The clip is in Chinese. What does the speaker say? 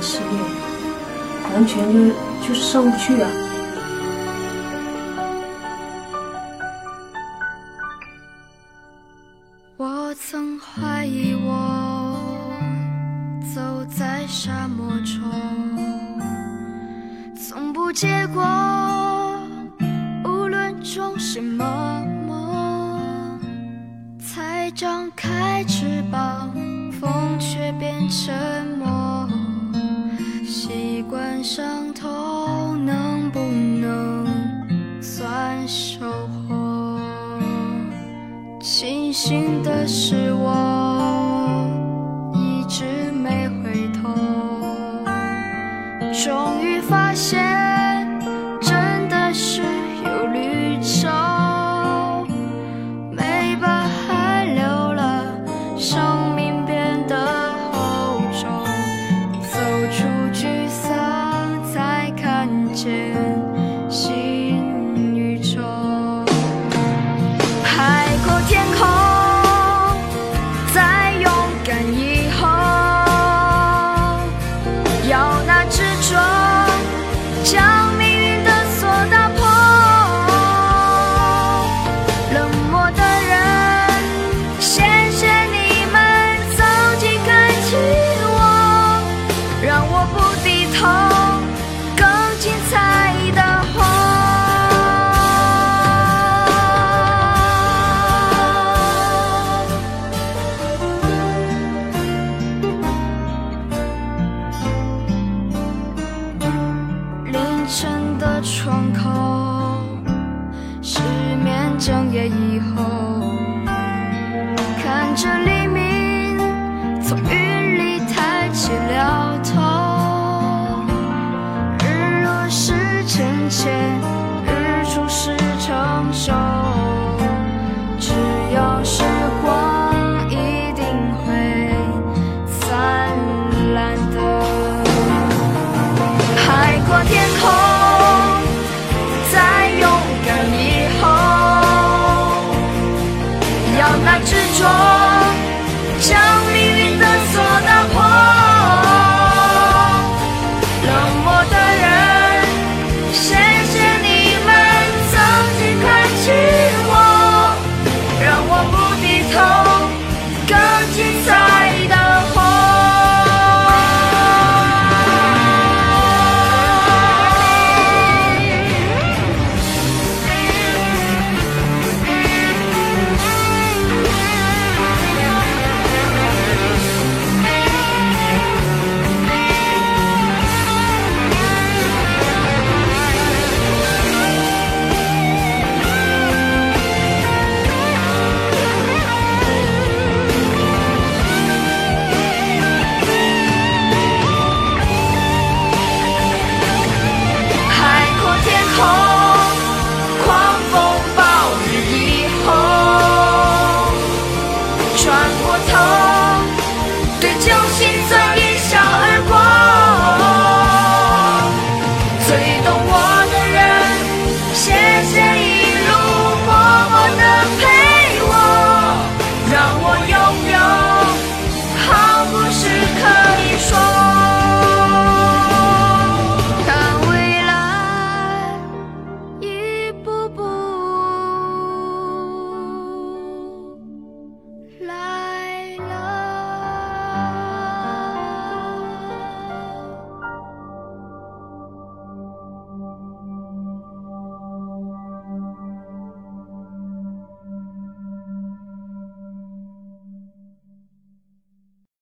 世界，完全就是上不去啊。 我曾怀疑我走在沙漠中，从不结果，无论种什么梦，才张开翅膀，风却变沉默。习惯伤痛，能不能算收获？庆幸的是我一直没回头，终于发现真的是有绿洲，没把海流了，生命变得厚重，走出沮丧才看见新宇宙。海阔天空，再勇敢以后，要那执着，将命运的锁打破。冷漠的人，谢谢你们曾经看起我，让我不低头，更精彩的活。凌晨的窗口，失眠整夜以后，看着黎明从云里抬起了头。日落是真切，日出是成熟，只要时光一定会灿烂的。海阔天空，再勇敢以后，要那执着。